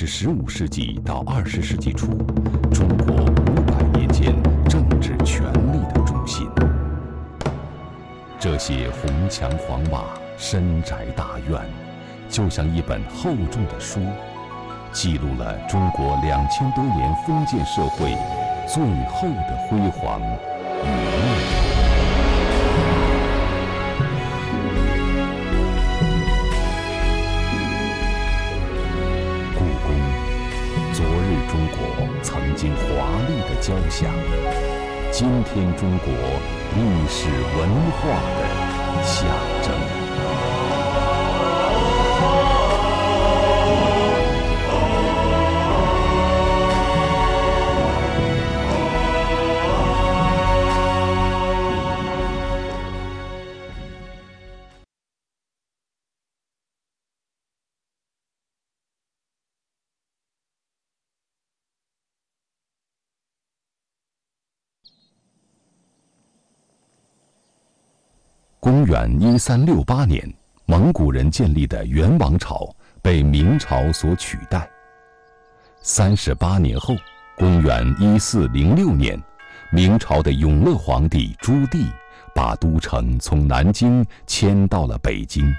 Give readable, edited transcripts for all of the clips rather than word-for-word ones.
是15世纪到20世纪初中国500年间政治权力的中心。这些红墙黄瓦、深宅大院，就像一本厚重的书，记录了中国2000多年封建社会最后的辉煌与灭。昨日中国曾经华丽的交响，今天中国历史文化的象征。公元1368年，蒙古人建立的元王朝被明朝所取代。38年后，公元1406年，明朝的永乐皇帝朱棣把都城从南京迁到了北京。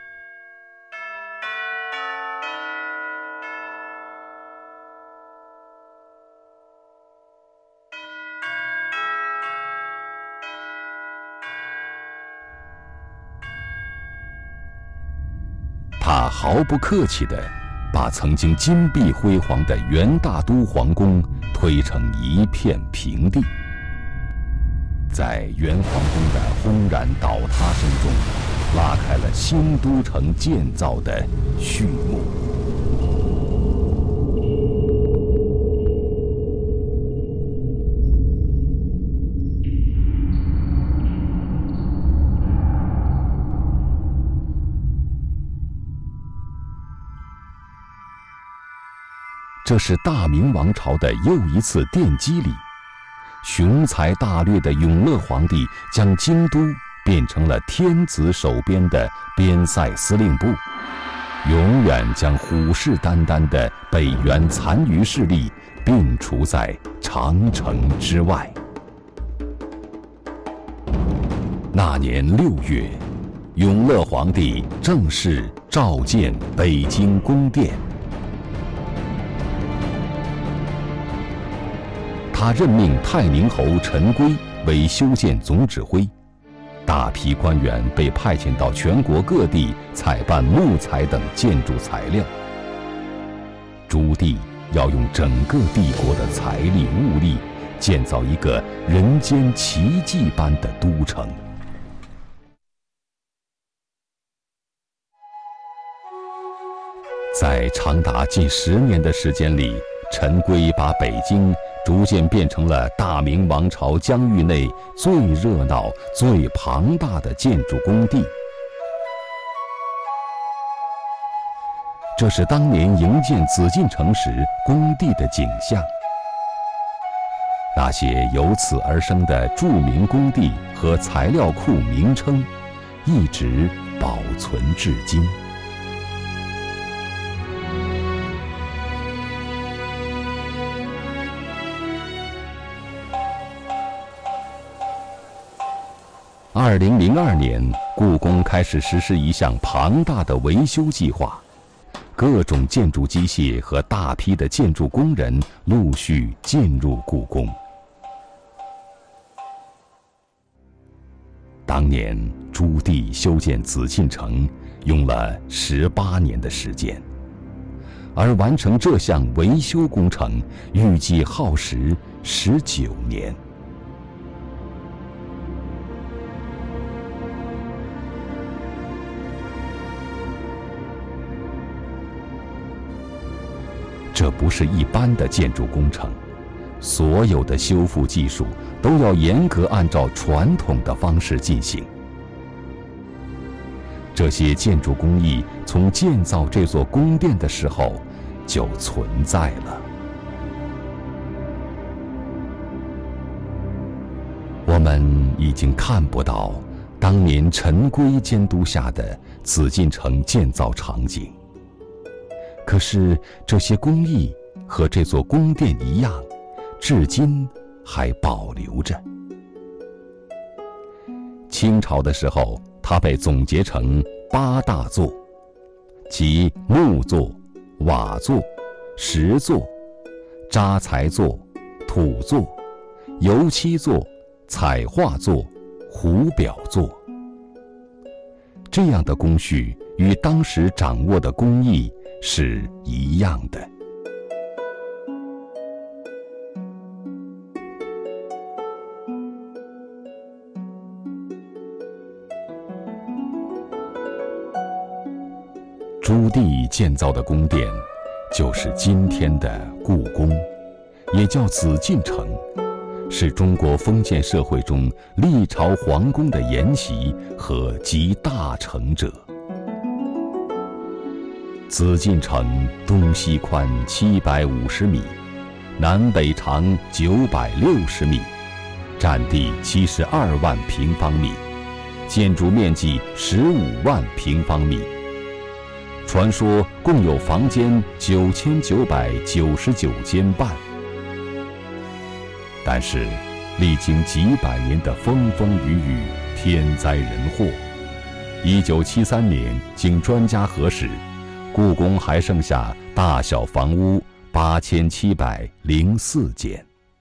他毫不客气地把曾经金碧辉煌的元大都皇宫推成一片平地，在元皇宫的轰然倒塌声中，拉开了新都城建造的序幕。这是大明王朝的又一次奠基礼。雄才大略的永乐皇帝将京都变成了天子手边的边塞司令部，永远将虎视眈眈的北元残余势力摒除在长城之外。那年6月，永乐皇帝正式召建北京宫殿。他任命泰宁侯陈规为修建总指挥，大批官员被派遣到全国各地采办木材等建筑材料。朱棣要用整个帝国的财力物力，建造一个人间奇迹般的都城。在长达近10年的时间里，陈规把北京逐渐变成了大明王朝疆域内最热闹、最庞大的建筑工地。这是当年营建紫禁城时工地的景象。那些由此而生的著名工地和材料库名称，一直保存至今。2002年，故宫开始实施一项庞大的维修计划，各种建筑机械和大批的建筑工人陆续进入故宫。当年朱棣修建紫禁城用了18年的时间，而完成这项维修工程预计耗时19年。这不是一般的建筑工程，所有的修复技术都要严格按照传统的方式进行。这些建筑工艺从建造这座宫殿的时候就存在了。我们已经看不到当年陈规监督下的紫禁城建造场景。 可是这些工艺和这座宫殿一样，至今还保留着。清朝的时候，它被总结成8大作，即木作、瓦作、石作、扎材作、土作、油漆作、彩画作、壶表作。这样的工序与当时掌握的工艺是一样的。朱棣建造的宫殿，就是今天的故宫，也叫紫禁城，是中国封建社会中历朝皇宫的沿袭和集大成者。紫禁城东西宽750米，南北长960米，占地72万平方米，建筑面积15万平方米。传说共有房间9999间半。但是历经几百年的风风雨雨、天灾人祸，1973年经专家核实，故宫还剩下大小房屋8704间。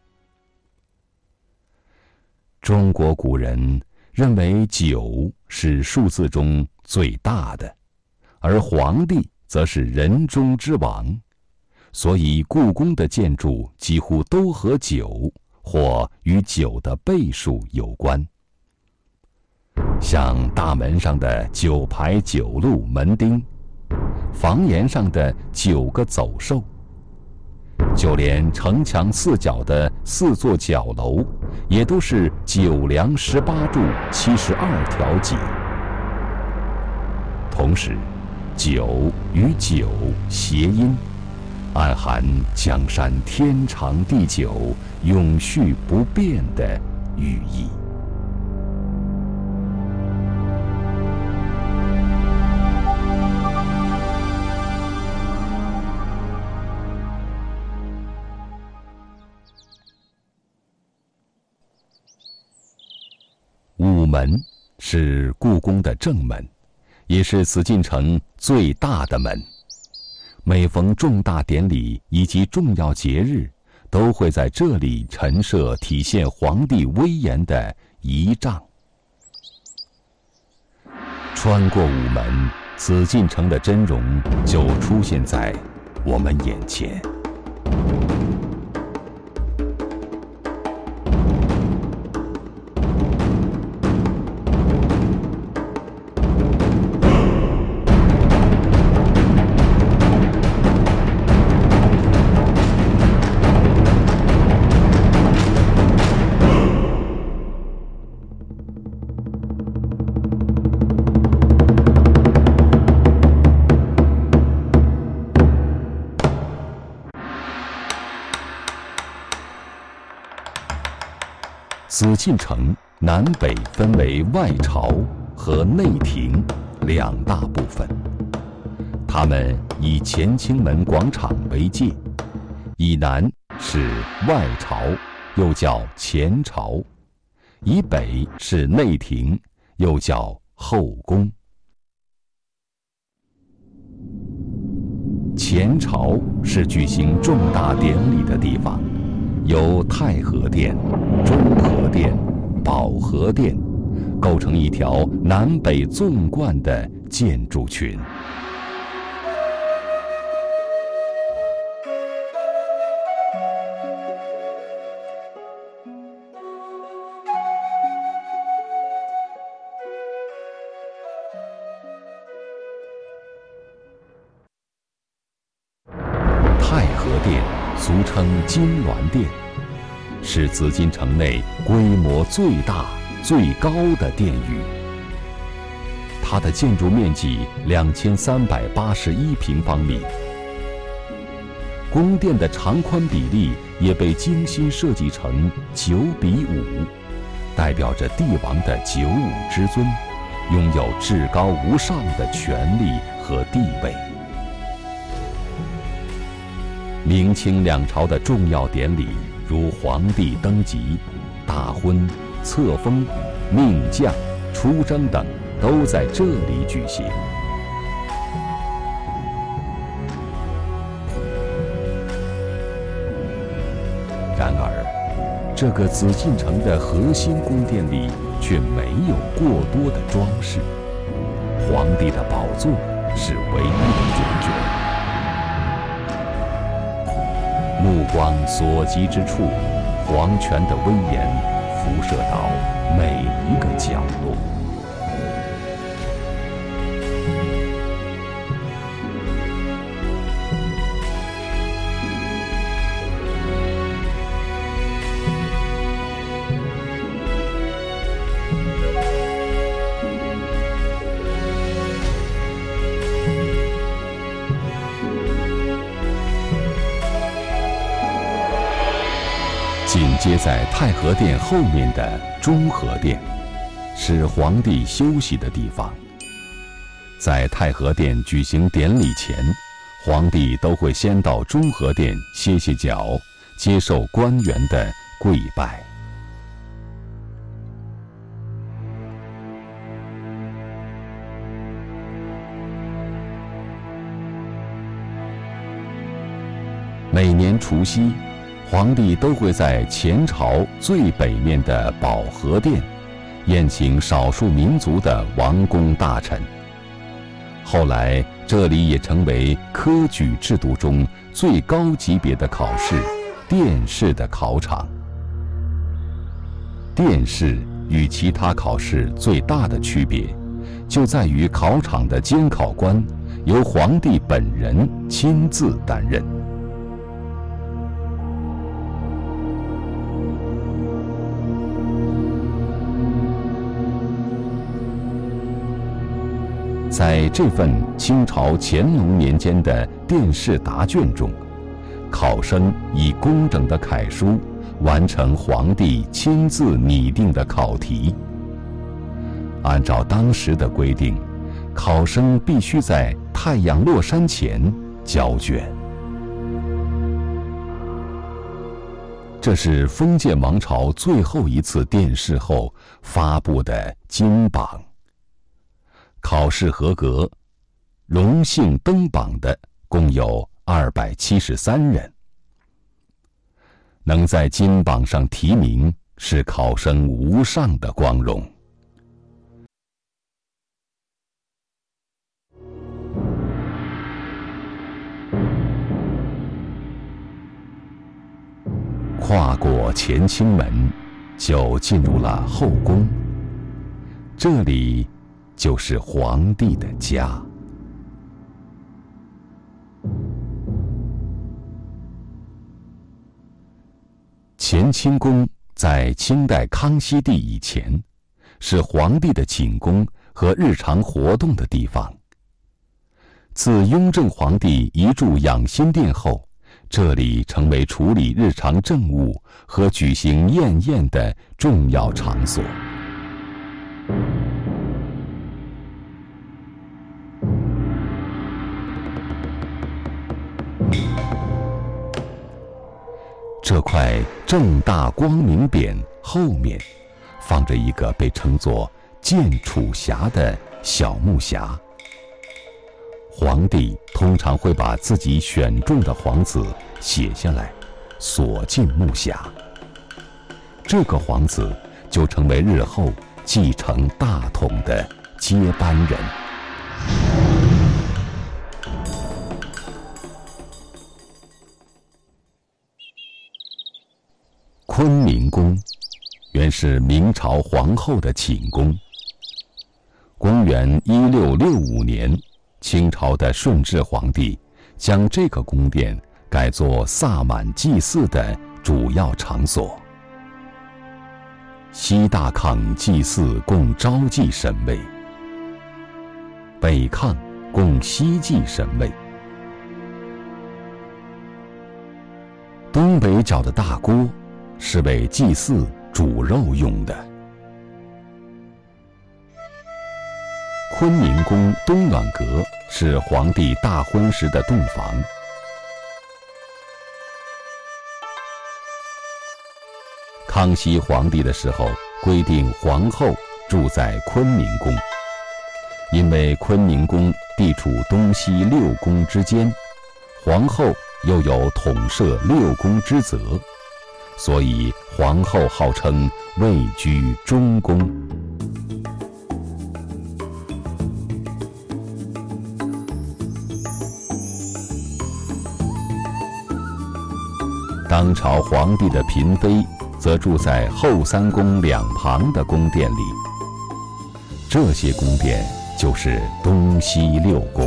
中国古人认为9是数字中最大的，而皇帝则是人中之王，所以故宫的建筑几乎都和9或与9的倍数有关。像大门上的9排9路门钉，房檐上的9个走兽，就连城墙4角的4座角楼，也都是9梁18柱72条脊。同时9与9谐音，暗含江山天长地久、永续不变的寓意。午门是故宫的正门，也是紫禁城最大的门。每逢重大典礼以及重要节日，都会在这里陈设体现皇帝威严的仪仗。穿过午门，紫禁城的真容就出现在我们眼前。紫禁城南北分为外朝和内廷2大部分，它们以乾清门广场为界，以南是外朝，又叫前朝；以北是内廷，又叫后宫。前朝是举行重大典礼的地方，由太和殿、中和殿、保和殿构成一条南北纵贯的建筑群。太和殿俗称金銮殿，是紫禁城内规模最大、最高的殿宇。它的建筑面积2381平方米，宫殿的长宽比例也被精心设计成9:5，代表着帝王的9五之尊，拥有至高无上的权力和地位。 明清两朝的重要典礼，如皇帝登基、大婚、册封、命将、出征等，都在这里举行。然而，这个紫禁城的核心宫殿里却没有过多的装饰，皇帝的宝座是唯一的主角。目光所及之处，皇权的威严辐射到每一个角落。紧接在太和殿后面的中和殿，是皇帝休息的地方。在太和殿举行典礼前，皇帝都会先到中和殿歇歇脚，接受官员的跪拜。每年除夕，皇帝都会在前朝最北面的保和殿宴请少数民族的王公大臣。后来，这里也成为科举制度中最高级别的考试——殿试的考场。殿试与其他考试最大的区别，就在于考场的监考官由皇帝本人亲自担任。在这份清朝乾隆年间的殿试答卷中，考生以工整的楷书完成皇帝亲自拟定的考题。按照当时的规定，考生必须在太阳落山前交卷。这是封建王朝最后一次殿试后发布的金榜。考试合格，荣幸登榜的共有273人。能在金榜上提名，是考生无上的光荣。跨过乾清门，就进入了后宫。这里就是皇帝的家。乾清宫在清代康熙帝以前，是皇帝的寝宫和日常活动的地方。自雍正皇帝移驻养心殿后，这里成为处理日常政务和举行宴宴的重要场所。这块正大光明匾后面，放着一个被称作剑楚匣的小木匣。皇帝通常会把自己选中的皇子写下来，锁进木匣。这个皇子就成为日后继承大统的接班人。坤明宫原是明朝皇后的寝宫。公元1665年，清朝的顺治皇帝将这个宫殿改作萨满祭祀的主要场所。西大炕祭祀供昭祭神位，北炕供西祭神位，东北角的大锅是为祭祀煮肉用的。坤明宫东暖阁是皇帝大婚时的洞房。 康熙皇帝的时候规定皇后住在坤宁宫，因为坤宁宫地处东西6宫之间，皇后又有统摄6宫之责，所以皇后号称位居中宫。当朝皇帝的嫔妃则住在后三宫两旁的宫殿里，这些宫殿就是东西6宫。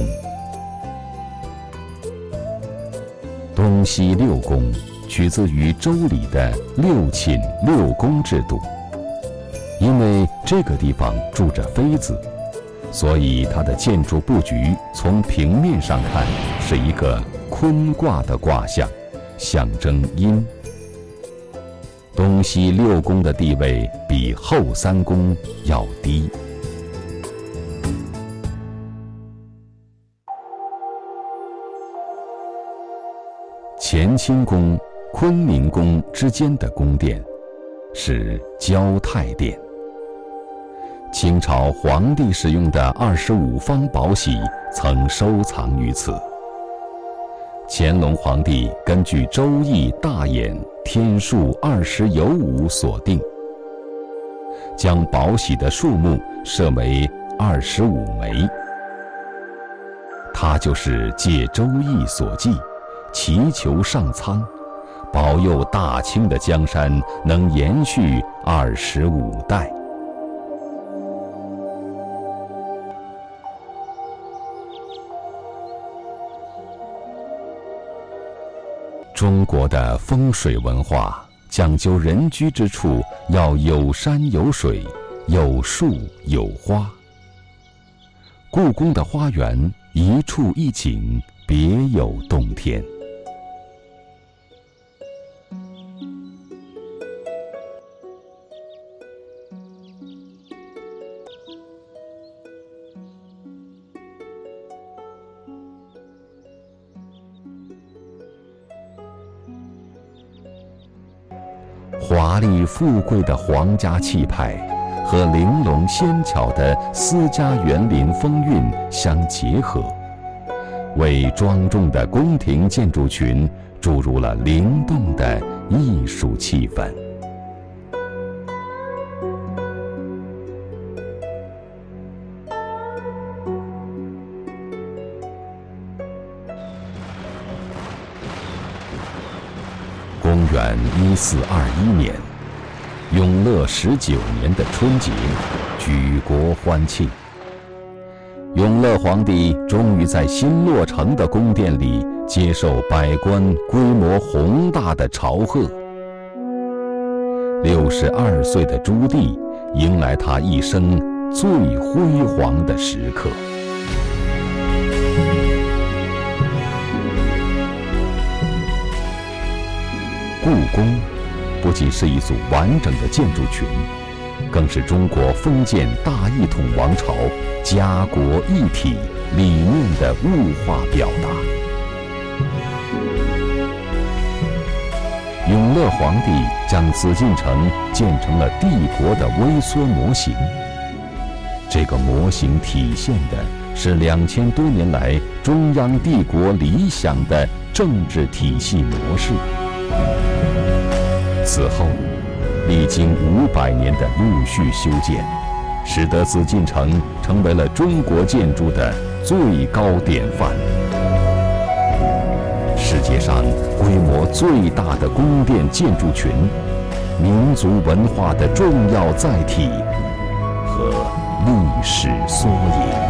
东西6宫取自于周礼的6寝6宫制度，因为这个地方住着妃子，所以它的建筑布局从平面上看是一个坤卦的卦象，象征阴。东西6宫的地位比后3宫要低。乾清宫、坤宁宫之间的宫殿是交泰殿。清朝皇帝使用的25方宝玺曾收藏于此。乾隆皇帝根据《周易》大衍天数20有5所定，将宝玺的数目设为25枚。它就是借《周易》所记，祈求上苍，保佑大清的江山能延续25代。中国的风水文化讲究人居之处要有山有水，有树有花。故宫的花园一处一景，别有洞天。华丽富贵的皇家气派和玲珑纤巧的私家园林风韵相结合，为庄重的宫廷建筑群注入了灵动的艺术气氛。公元1421年，永乐19年的春节，举国欢庆。永乐皇帝终于在新落成的宫殿里接受百官规模宏大的朝贺。62岁的朱棣迎来他一生最辉煌的时刻。故宫不仅是一组完整的建筑群，更是中国封建大一统王朝家国一体理念的物化表达。永乐皇帝将紫禁城建成了帝国的微缩模型，这个模型体现的是2000多年来中央帝国理想的政治体系模式。此后，历经500年的陆续修建，使得紫禁城成为了中国建筑的最高典范。世界上规模最大的宫殿建筑群，民族文化的重要载体和历史缩影。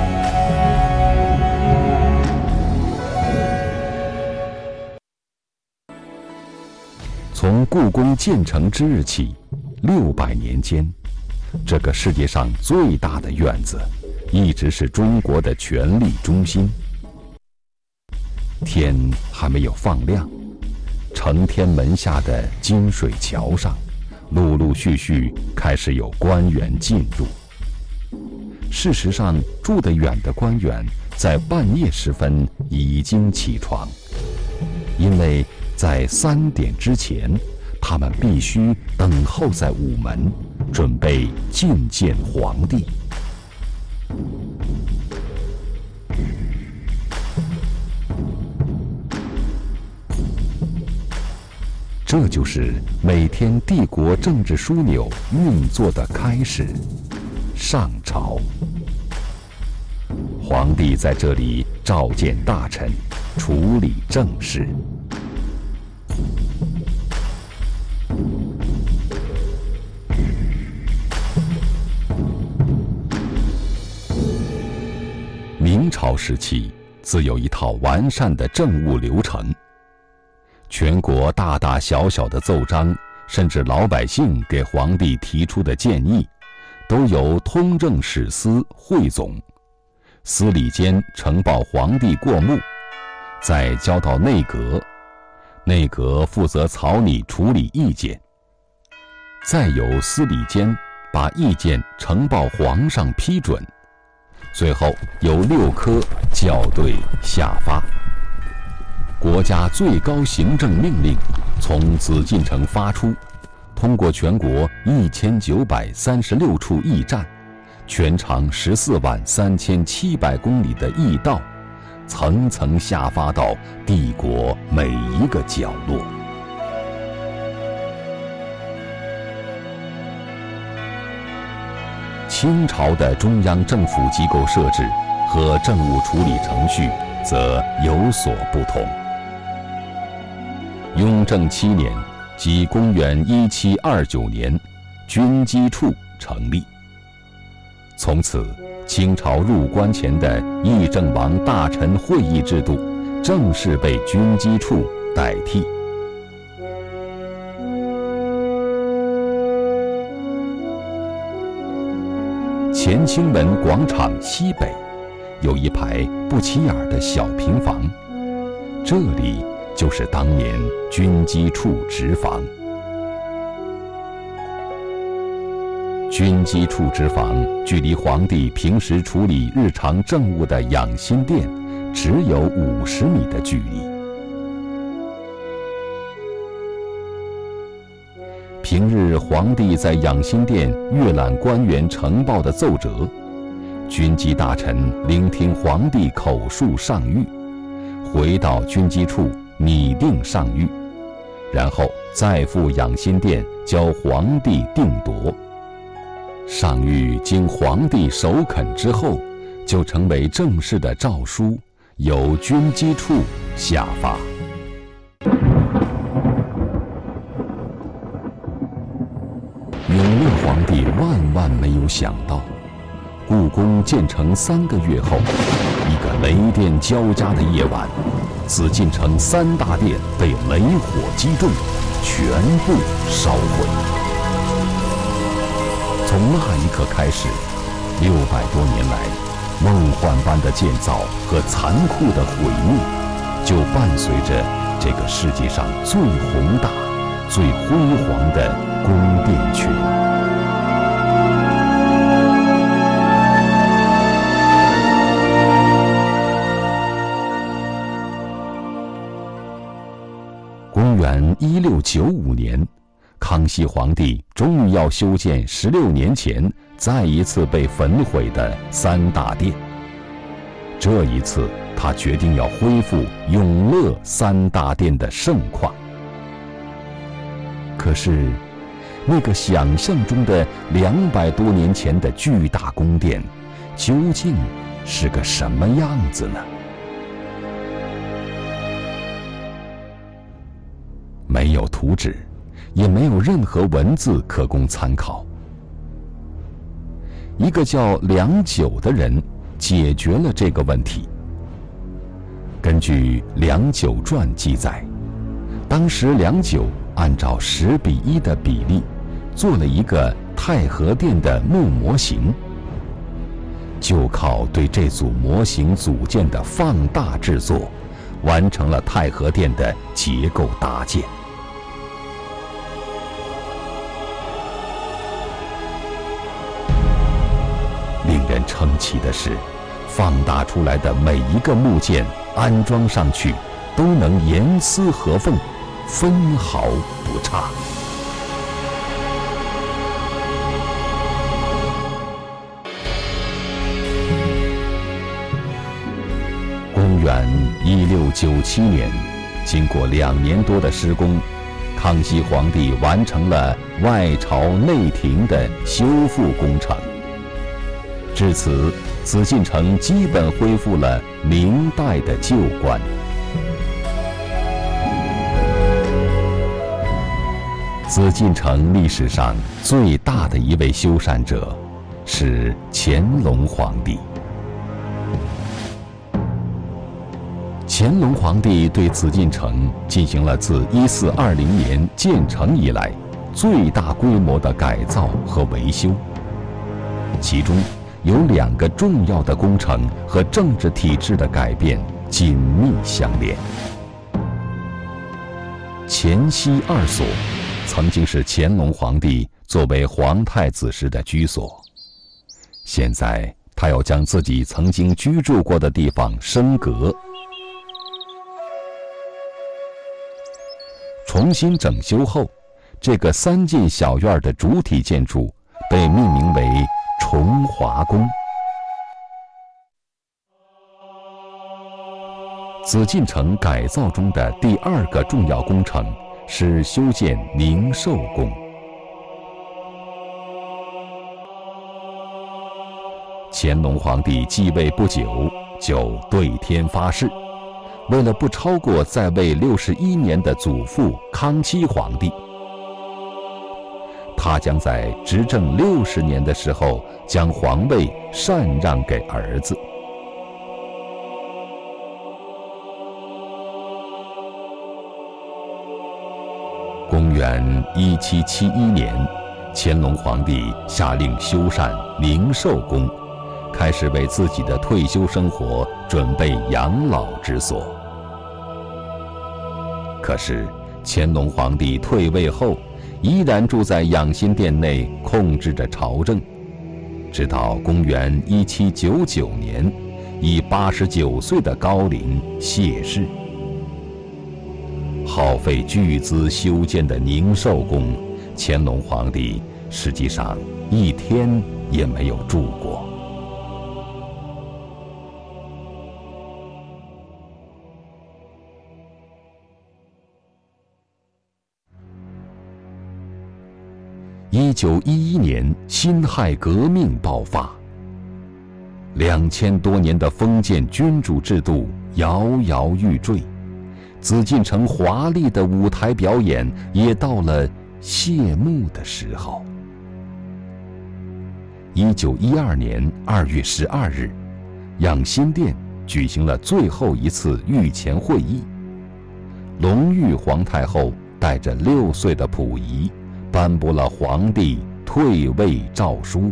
从故宫建成之日起，600年间，这个世界上最大的院子，一直是中国的权力中心。天还没有放亮，承天门下的金水桥上，陆陆续续开始有官员进入。事实上，住得远的官员在半夜时分已经起床，因为在3点之前， 他们必须等候在午门，准备觐见皇帝。这就是每天帝国政治枢纽运作的开始——上朝。皇帝在这里召见大臣，处理政事。明朝时期，自有一套完善的政务流程。全国大大小小的奏章，甚至老百姓给皇帝提出的建议，都由通政史司汇总，司礼监呈报皇帝过目，再交到内阁，内阁负责草拟处理意见，再由司礼监把意见呈报皇上批准，最后由6科校对下发。国家最高行政命令从紫禁城发出，通过全国1936处驿站，全长143700公里的驿道，层层下发到帝国每一个角落。清朝的中央政府机构设置和政务处理程序则有所不同。雍正7年，即公元1729年，军机处成立。从此，清朝入关前的议政王大臣会议制度正式被军机处代替。乾清门广场西北有一排不起眼的小平房，这里就是当年军机处职房。军机处职房距离皇帝平时处理日常政务的养心殿只有50米的距离。平日皇帝在养心殿阅览官员呈报的奏折，军机大臣聆听皇帝口述上谕，回到军机处拟定上谕，然后再赴养心殿交皇帝定夺。上谕经皇帝首肯之后，就成为正式的诏书，由军机处下发。永乐皇帝万没有想到，故宫建成3个月后，一个雷电交加的夜晚，紫禁城3大殿被雷火击中，全部烧毁。从那一刻开始，600多年来，梦幻般的建造和残酷的毁灭，就伴随着这个世界上最宏大、最辉煌的宫殿群。公元1695年，康熙皇帝终于要修建16年前再一次被焚毁的3大殿。这一次，他决定要恢复永乐3大殿的盛况。可是，那个想象中的200多年前的巨大宫殿，究竟是个什么样子呢？没有图纸，也没有任何文字可供参考。一个叫梁九的人解决了这个问题。根据《梁九传》记载，当时梁九按照10:1的比例做了一个太和殿的木模型，就靠对这组模型组件的放大制作，完成了太和殿的结构搭建。令人称奇的是，放大出来的每一个木件安装上去，都能严丝合缝， 分毫不差。公元1697年，经过2年多的施工，康熙皇帝完成了外朝内廷的修复工程。至此，紫禁城基本恢复了明代的旧观。紫禁城历史上最大的一位修缮者是乾隆皇帝。乾隆皇帝对紫禁城进行了自1420年建成以来最大规模的改造和维修，其中有2个重要的工程和政治体制的改变紧密相连。乾西2所曾经是乾隆皇帝作为皇太子时的居所，现在他要将自己曾经居住过的地方升格，重新整修后，这个3进小院的主体建筑被命名为崇华宫。紫禁城改造中的第2个重要工程是修建宁寿宫。乾隆皇帝继位不久，就对天发誓，为了不超过在位61年的祖父康熙皇帝，他将在执政60年的时候将皇位禅让给儿子。公元1771年，乾隆皇帝下令修缮宁寿宫，开始为自己的退休生活准备养老之所。可是乾隆皇帝退位后，依然住在养心殿内控制着朝政，直到公元1799年，以89岁的高龄谢世。耗费巨资修建的宁寿宫，乾隆皇帝实际上1天也没有住过。1911年，辛亥革命爆发，2000多年的封建君主制度摇摇欲坠，紫禁城华丽的舞台表演也到了谢幕的时候。1912年2月12日，养心殿举行了最后一次御前会议，隆裕皇太后带着6岁的溥仪颁布了皇帝退位诏书。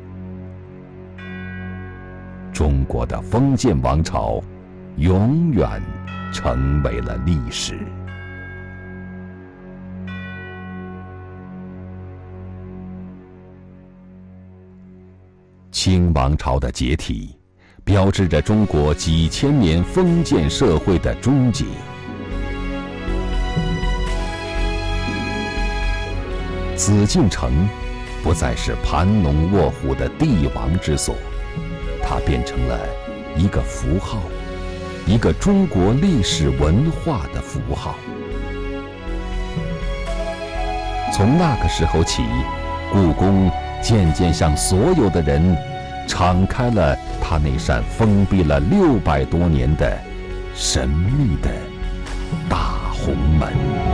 中国的封建王朝永远成为了历史。清王朝的解体，标志着中国几千年封建社会的终结。紫禁城不再是盘龙卧虎的帝王之所，它变成了一个符号，一个中国历史文化的符号。从那个时候起，故宫渐渐向所有的人敞开了它那扇封闭了600多年的神秘的大红门。